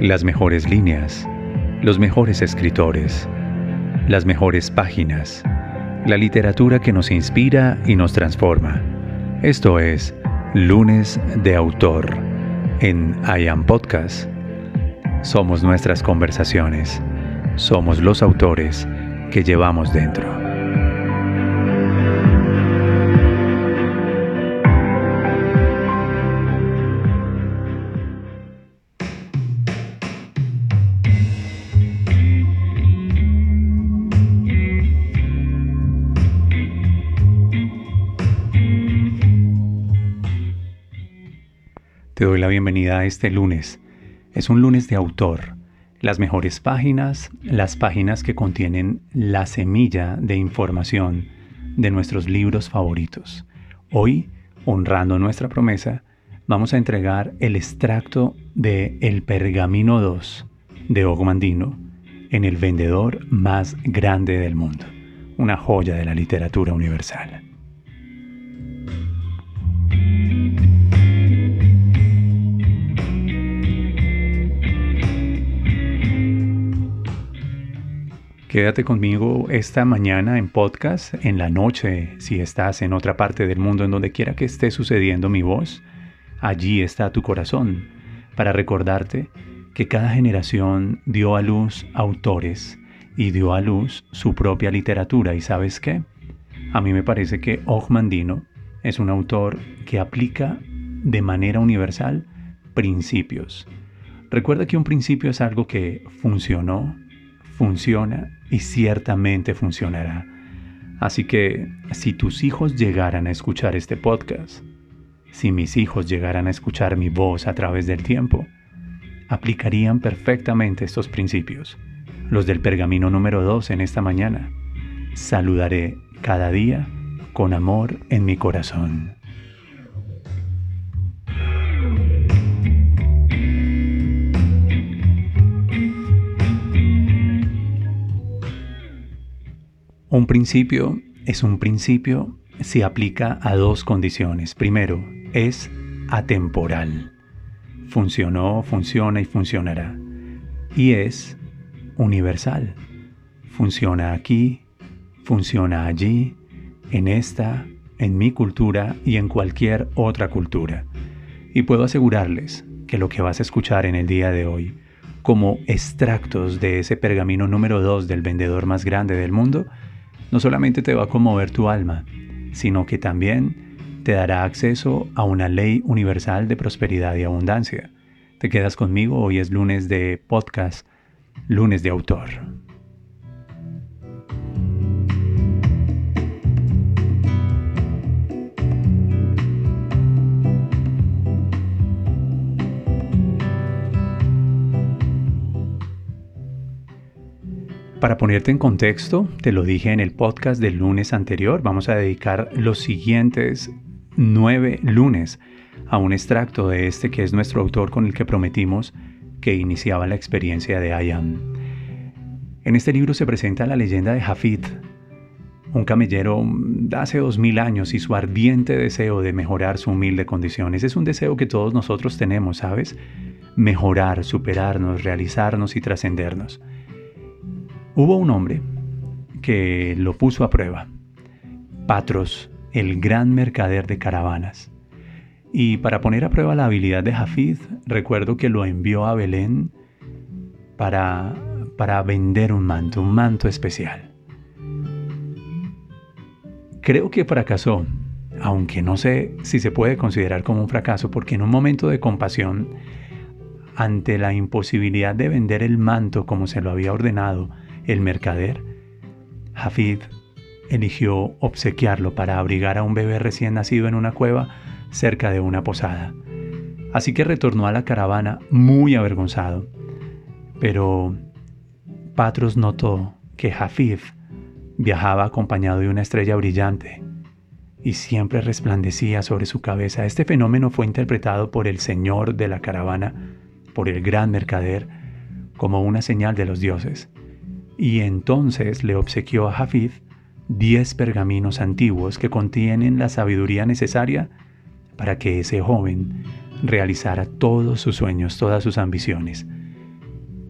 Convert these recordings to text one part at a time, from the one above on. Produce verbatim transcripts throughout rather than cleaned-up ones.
Las mejores líneas, los mejores escritores, las mejores páginas, la literatura que nos inspira y nos transforma. Esto es Lunes de Autor en I Am Podcast. Somos nuestras conversaciones, somos los autores que llevamos dentro. Te doy la bienvenida a este lunes. Es un lunes de autor. Las mejores páginas, las páginas que contienen la semilla de información de nuestros libros favoritos. Hoy, honrando nuestra promesa, vamos a entregar el extracto de El Pergamino dos de Og Mandino en El vendedor más grande del mundo, una joya de la literatura universal. Quédate conmigo esta mañana en podcast, en la noche, si estás en otra parte del mundo, en donde quiera que esté sucediendo mi voz, allí está tu corazón, para recordarte que cada generación dio a luz autores y dio a luz su propia literatura. ¿Y sabes qué? A mí me parece que Og Mandino es un autor que aplica de manera universal principios. Recuerda que un principio es algo que funcionó, funciona y ciertamente funcionará. Así que si tus hijos llegaran a escuchar este podcast, si mis hijos llegaran a escuchar mi voz a través del tiempo, aplicarían perfectamente estos principios, los del pergamino número dos en esta mañana. Saludaré cada día con amor en mi corazón. Un principio es un principio si aplica a dos condiciones. Primero, es atemporal. Funcionó, funciona y funcionará. Y es universal. Funciona aquí, funciona allí, en esta, en mi cultura y en cualquier otra cultura. Y puedo asegurarles que lo que vas a escuchar en el día de hoy, como extractos de ese pergamino número dos del vendedor más grande del mundo, no solamente te va a conmover tu alma, sino que también te dará acceso a una ley universal de prosperidad y abundancia. ¿Te quedas conmigo? Hoy es lunes de podcast, lunes de autor. Para ponerte en contexto, te lo dije en el podcast del lunes anterior, vamos a dedicar los siguientes nueve lunes a un extracto de este que es nuestro autor con el que prometimos que iniciaba la experiencia de I Am. En este libro se presenta la leyenda de Hafid, un camellero de hace dos mil años y su ardiente deseo de mejorar su humilde condición. Ese es un deseo que todos nosotros tenemos, ¿sabes? Mejorar, superarnos, realizarnos y trascendernos. Hubo un hombre que lo puso a prueba, Patros, el gran mercader de caravanas. Y para poner a prueba la habilidad de Hafid, recuerdo que lo envió a Belén para, para vender un manto, un manto especial. Creo que fracasó, aunque no sé si se puede considerar como un fracaso, porque en un momento de compasión, ante la imposibilidad de vender el manto como se lo había ordenado el mercader, Hafid eligió obsequiarlo para abrigar a un bebé recién nacido en una cueva cerca de una posada. Así que retornó a la caravana muy avergonzado. Pero Patros notó que Hafid viajaba acompañado de una estrella brillante y siempre resplandecía sobre su cabeza. Este fenómeno fue interpretado por el señor de la caravana, por el gran mercader, como una señal de los dioses. Y entonces le obsequió a Hafid diez pergaminos antiguos que contienen la sabiduría necesaria para que ese joven realizara todos sus sueños, todas sus ambiciones.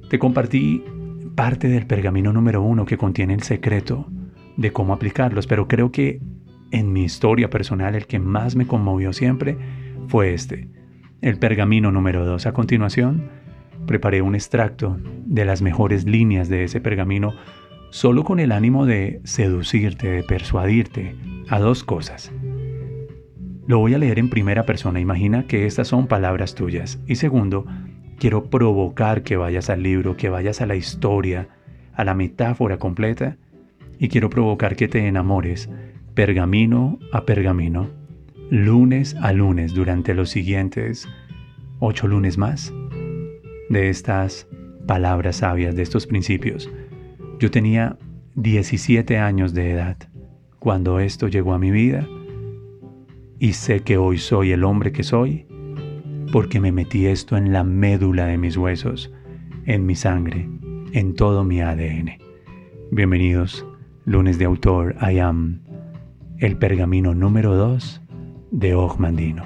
Te compartí parte del pergamino número uno que contiene el secreto de cómo aplicarlos, pero creo que en mi historia personal el que más me conmovió siempre fue este, el pergamino número dos. A continuación, preparé un extracto de las mejores líneas de ese pergamino solo con el ánimo de seducirte, de persuadirte a dos cosas. Lo voy a leer en primera persona, imagina que estas son palabras tuyas. Y segundo, quiero provocar que vayas al libro, que vayas a la historia, a la metáfora completa, y quiero provocar que te enamores pergamino a pergamino, lunes a lunes, durante los siguientes ocho lunes más, de estas palabras sabias, de estos principios. Yo tenía diecisiete años de edad cuando esto llegó a mi vida, y sé que hoy soy el hombre que soy porque me metí esto en la médula de mis huesos, en mi sangre, en todo mi A D N. Bienvenidos, lunes de autor, I am, el pergamino número dos de Og Mandino.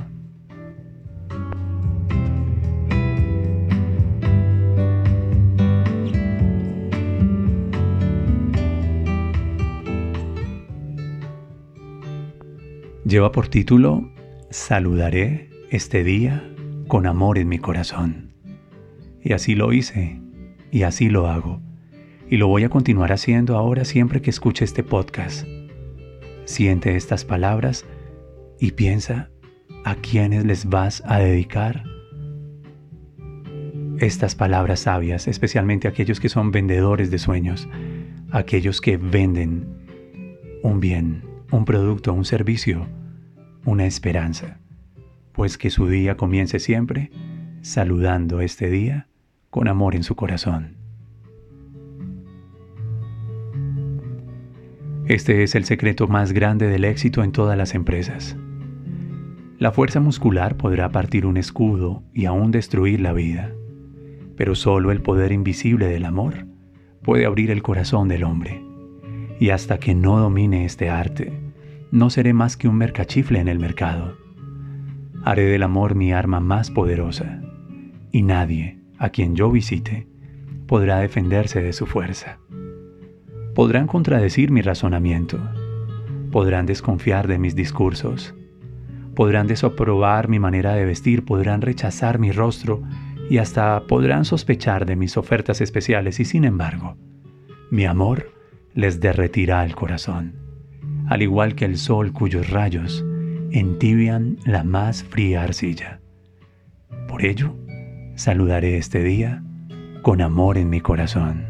Lleva por título, Saludaré este día con amor en mi corazón. Y así lo hice, y así lo hago. Y lo voy a continuar haciendo ahora siempre que escuche este podcast. Siente estas palabras y piensa a quiénes les vas a dedicar estas palabras sabias, especialmente a aquellos que son vendedores de sueños, aquellos que venden un bien, un producto, un servicio, una esperanza. Pues que su día comience siempre saludando este día con amor en su corazón. Este es el secreto más grande del éxito en todas las empresas. La fuerza muscular podrá partir un escudo y aún destruir la vida, pero solo el poder invisible del amor puede abrir el corazón del hombre. Y hasta que no domine este arte, no seré más que un mercachifle en el mercado. Haré del amor mi arma más poderosa, y nadie, a quien yo visite, podrá defenderse de su fuerza. Podrán contradecir mi razonamiento, podrán desconfiar de mis discursos, podrán desaprobar mi manera de vestir, podrán rechazar mi rostro y hasta podrán sospechar de mis ofertas especiales, y sin embargo, mi amor les derretirá el corazón, al igual que el sol cuyos rayos entibian la más fría arcilla. Por ello, saludaré este día con amor en mi corazón.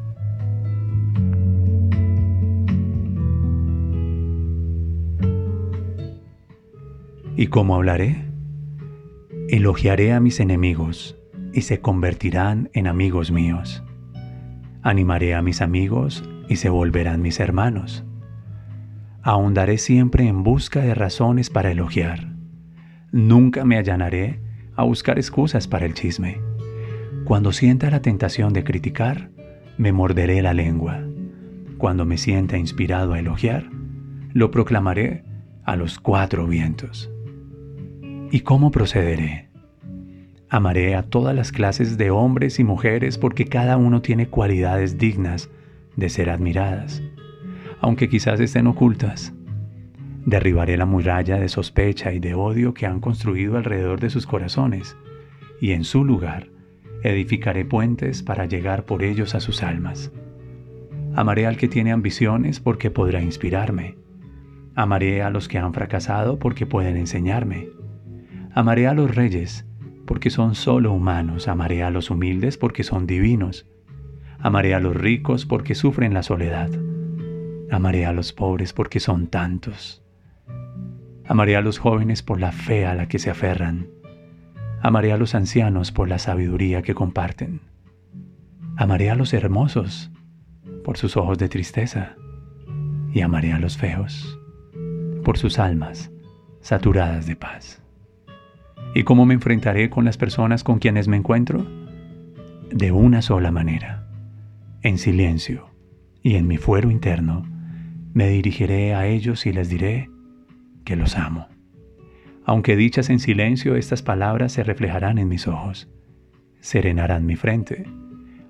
¿Y cómo hablaré? Elogiaré a mis enemigos y se convertirán en amigos míos. Animaré a mis amigos y se volverán mis hermanos. Ahondaré siempre en busca de razones para elogiar. Nunca me allanaré a buscar excusas para el chisme. Cuando sienta la tentación de criticar, me morderé la lengua. Cuando me sienta inspirado a elogiar, lo proclamaré a los cuatro vientos. ¿Y cómo procederé? Amaré a todas las clases de hombres y mujeres porque cada uno tiene cualidades dignas de ser admiradas, aunque quizás estén ocultas. Derribaré la muralla de sospecha y de odio que han construido alrededor de sus corazones, y en su lugar edificaré puentes para llegar por ellos a sus almas. Amaré al que tiene ambiciones porque podrá inspirarme. Amaré a los que han fracasado porque pueden enseñarme. Amaré a los reyes porque son solo humanos. Amaré a los humildes porque son divinos. Amaré a los ricos porque sufren la soledad. Amaré a los pobres porque son tantos. Amaré a los jóvenes por la fe a la que se aferran. Amaré a los ancianos por la sabiduría que comparten. Amaré a los hermosos por sus ojos de tristeza. Y amaré a los feos por sus almas saturadas de paz. ¿Y cómo me enfrentaré con las personas con quienes me encuentro? De una sola manera, en silencio y en mi fuero interno, me dirigiré a ellos y les diré que los amo. Aunque dichas en silencio, estas palabras se reflejarán en mis ojos, serenarán mi frente,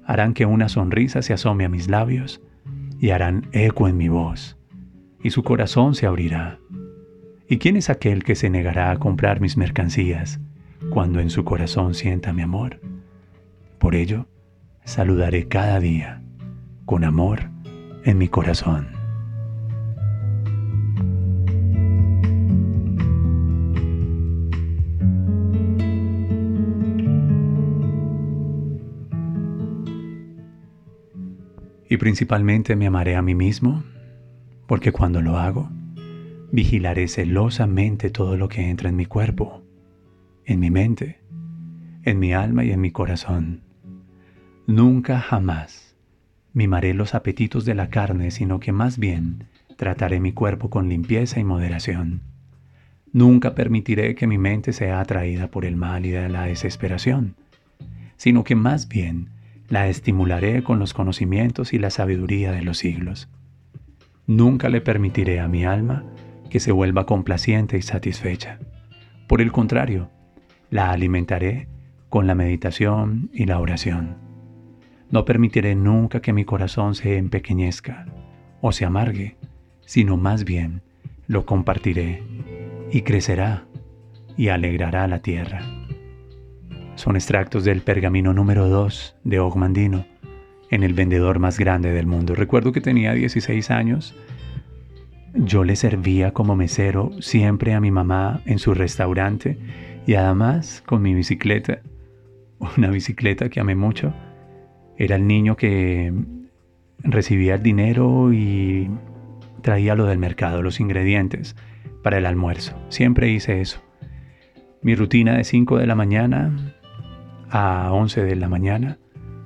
harán que una sonrisa se asome a mis labios y harán eco en mi voz, y su corazón se abrirá. ¿Y quién es aquel que se negará a comprar mis mercancías cuando en su corazón sienta mi amor? Por ello, saludaré cada día con amor en mi corazón. Y principalmente me amaré a mí mismo, porque cuando lo hago, vigilaré celosamente todo lo que entra en mi cuerpo, en mi mente, en mi alma y en mi corazón. Nunca jamás mimaré los apetitos de la carne, sino que más bien trataré mi cuerpo con limpieza y moderación. Nunca permitiré que mi mente sea atraída por el mal y de la desesperación, sino que más bien la estimularé con los conocimientos y la sabiduría de los siglos. Nunca le permitiré a mi alma que se vuelva complaciente y satisfecha. Por el contrario, la alimentaré con la meditación y la oración. No permitiré nunca que mi corazón se empequeñezca o se amargue, sino más bien lo compartiré y crecerá y alegrará la tierra. Son extractos del pergamino número dos de Og Mandino, en el vendedor más grande del mundo. Recuerdo que tenía dieciséis años. Yo le servía como mesero siempre a mi mamá en su restaurante y además con mi bicicleta, una bicicleta que amé mucho. Era el niño que recibía el dinero y traía lo del mercado, los ingredientes para el almuerzo. Siempre hice eso. Mi rutina de cinco de la mañana a once de la mañana,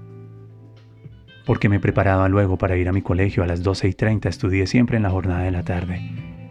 porque me preparaba luego para ir a mi colegio a las doce y treinta. Estudié siempre en la jornada de la tarde.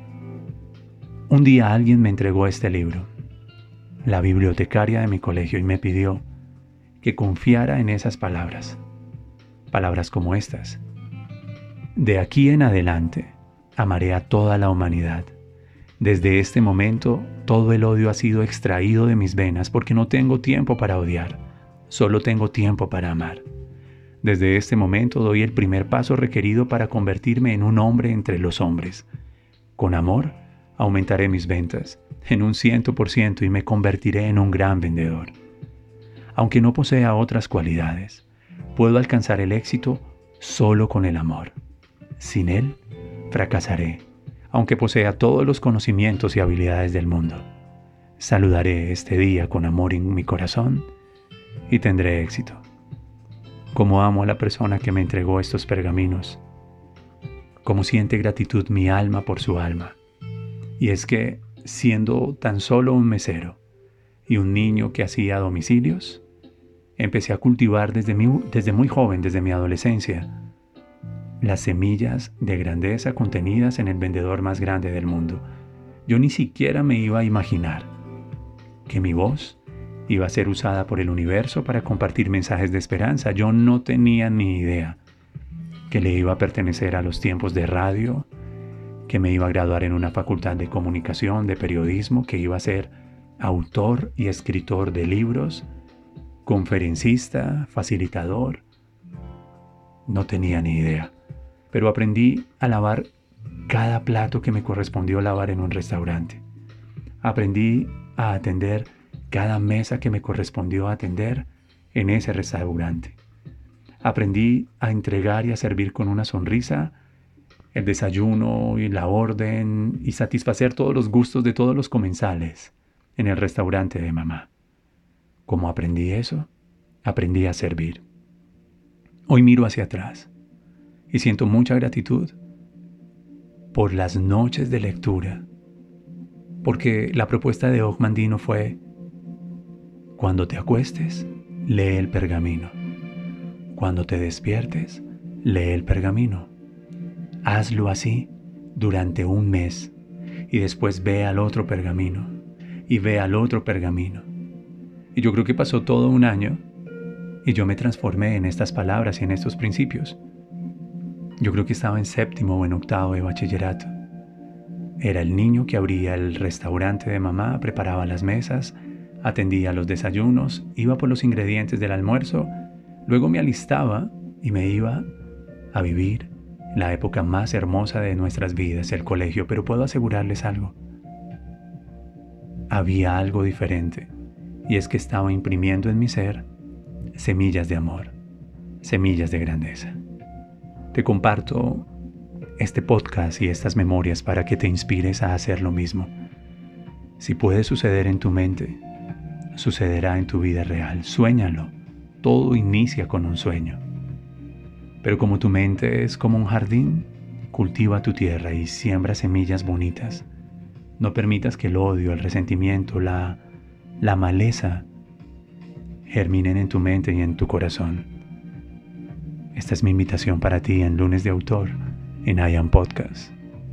Un día alguien me entregó este libro, la bibliotecaria de mi colegio, y me pidió que confiara en esas palabras. Palabras como estas: de aquí en adelante amaré a toda la humanidad. Desde este momento todo el odio ha sido extraído de mis venas porque no tengo tiempo para odiar, solo tengo tiempo para amar. Desde este momento doy el primer paso requerido para convertirme en un hombre entre los hombres. Con amor aumentaré mis ventas en un ciento por ciento y me convertiré en un gran vendedor. Aunque no posea otras cualidades, puedo alcanzar el éxito solo con el amor. Sin él, fracasaré, aunque posea todos los conocimientos y habilidades del mundo. Saludaré este día con amor en mi corazón y tendré éxito. Cómo amo a la persona que me entregó estos pergaminos. Cómo siente gratitud mi alma por su alma. Y es que, siendo tan solo un mesero y un niño que hacía domicilios, empecé a cultivar desde, mi, desde muy joven, desde mi adolescencia, las semillas de grandeza contenidas en el vendedor más grande del mundo. Yo ni siquiera me iba a imaginar que mi voz iba a ser usada por el universo para compartir mensajes de esperanza. Yo no tenía ni idea que le iba a pertenecer a los tiempos de radio, que me iba a graduar en una facultad de comunicación, de periodismo, que iba a ser autor y escritor de libros, conferencista, facilitador. No tenía ni idea, pero aprendí a lavar cada plato que me correspondió lavar en un restaurante. Aprendí a atender cada mesa que me correspondió atender en ese restaurante. Aprendí a entregar y a servir con una sonrisa el desayuno y la orden y satisfacer todos los gustos de todos los comensales en el restaurante de mamá. ¿Cómo aprendí eso? Aprendí a servir. Hoy miro hacia atrás y siento mucha gratitud por las noches de lectura, porque la propuesta de Og Mandino fue: cuando te acuestes, lee el pergamino. Cuando te despiertes, lee el pergamino. Hazlo así durante un mes y después ve al otro pergamino y ve al otro pergamino. Y yo creo que pasó todo un año y yo me transformé en estas palabras y en estos principios. Yo creo que estaba en séptimo o en octavo de bachillerato. Era el niño que abría el restaurante de mamá, preparaba las mesas, atendía los desayunos, iba por los ingredientes del almuerzo, Luego me alistaba y me iba a vivir la época más hermosa de nuestras vidas, el colegio, pero puedo asegurarles algo. Había algo diferente, y es que estaba imprimiendo en mi ser semillas de amor, semillas de grandeza. Te comparto este podcast y estas memorias para que te inspires a hacer lo mismo. Si puede suceder en tu mente, sucederá en tu vida real. Suéñalo. Todo inicia con un sueño. Pero como tu mente es como un jardín, cultiva tu tierra y siembra semillas bonitas. No permitas que el odio, el resentimiento, la, la maleza germinen en tu mente y en tu corazón. Esta es mi invitación para ti en Lunes de Autor, en I Am Podcast.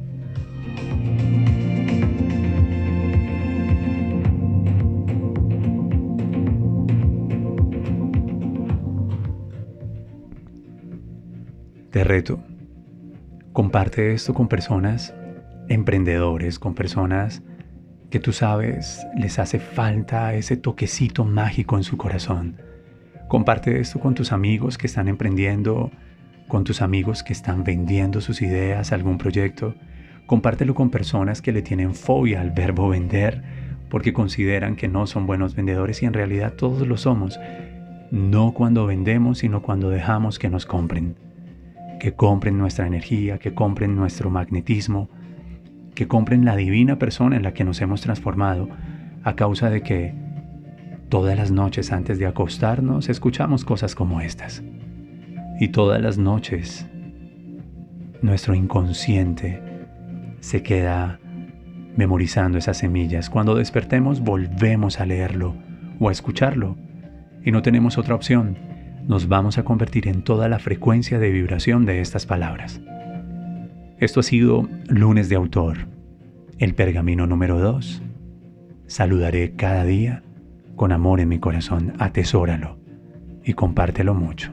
Te reto, comparte esto con personas emprendedores, con personas que tú sabes les hace falta ese toquecito mágico en su corazón. Comparte esto con tus amigos que están emprendiendo, con tus amigos que están vendiendo sus ideas, algún proyecto. Compártelo con personas que le tienen fobia al verbo vender porque consideran que no son buenos vendedores y en realidad todos lo somos. No cuando vendemos, sino cuando dejamos que nos compren. Que compren nuestra energía, que compren nuestro magnetismo, que compren la divina persona en la que nos hemos transformado a causa de que todas las noches antes de acostarnos escuchamos cosas como estas. Y todas las noches nuestro inconsciente se queda memorizando esas semillas. Cuando despertemos volvemos a leerlo o a escucharlo y no tenemos otra opción. Nos vamos a convertir en toda la frecuencia de vibración de estas palabras. Esto ha sido Lunes de Autor, el pergamino número dos. Saludaré cada día con amor en mi corazón. Atesóralo y compártelo mucho.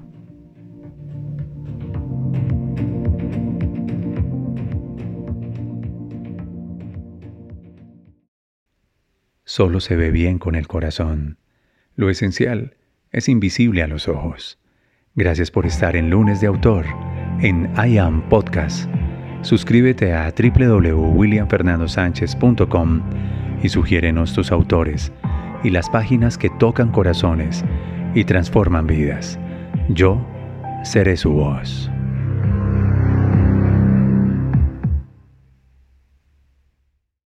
Solo se ve bien con el corazón. Lo esencial es invisible a los ojos. Gracias por estar en Lunes de Autor, en I Am Podcast. Suscríbete a w w w punto william fernando sánchez punto com y sugiérenos tus autores y las páginas que tocan corazones y transforman vidas. Yo seré su voz.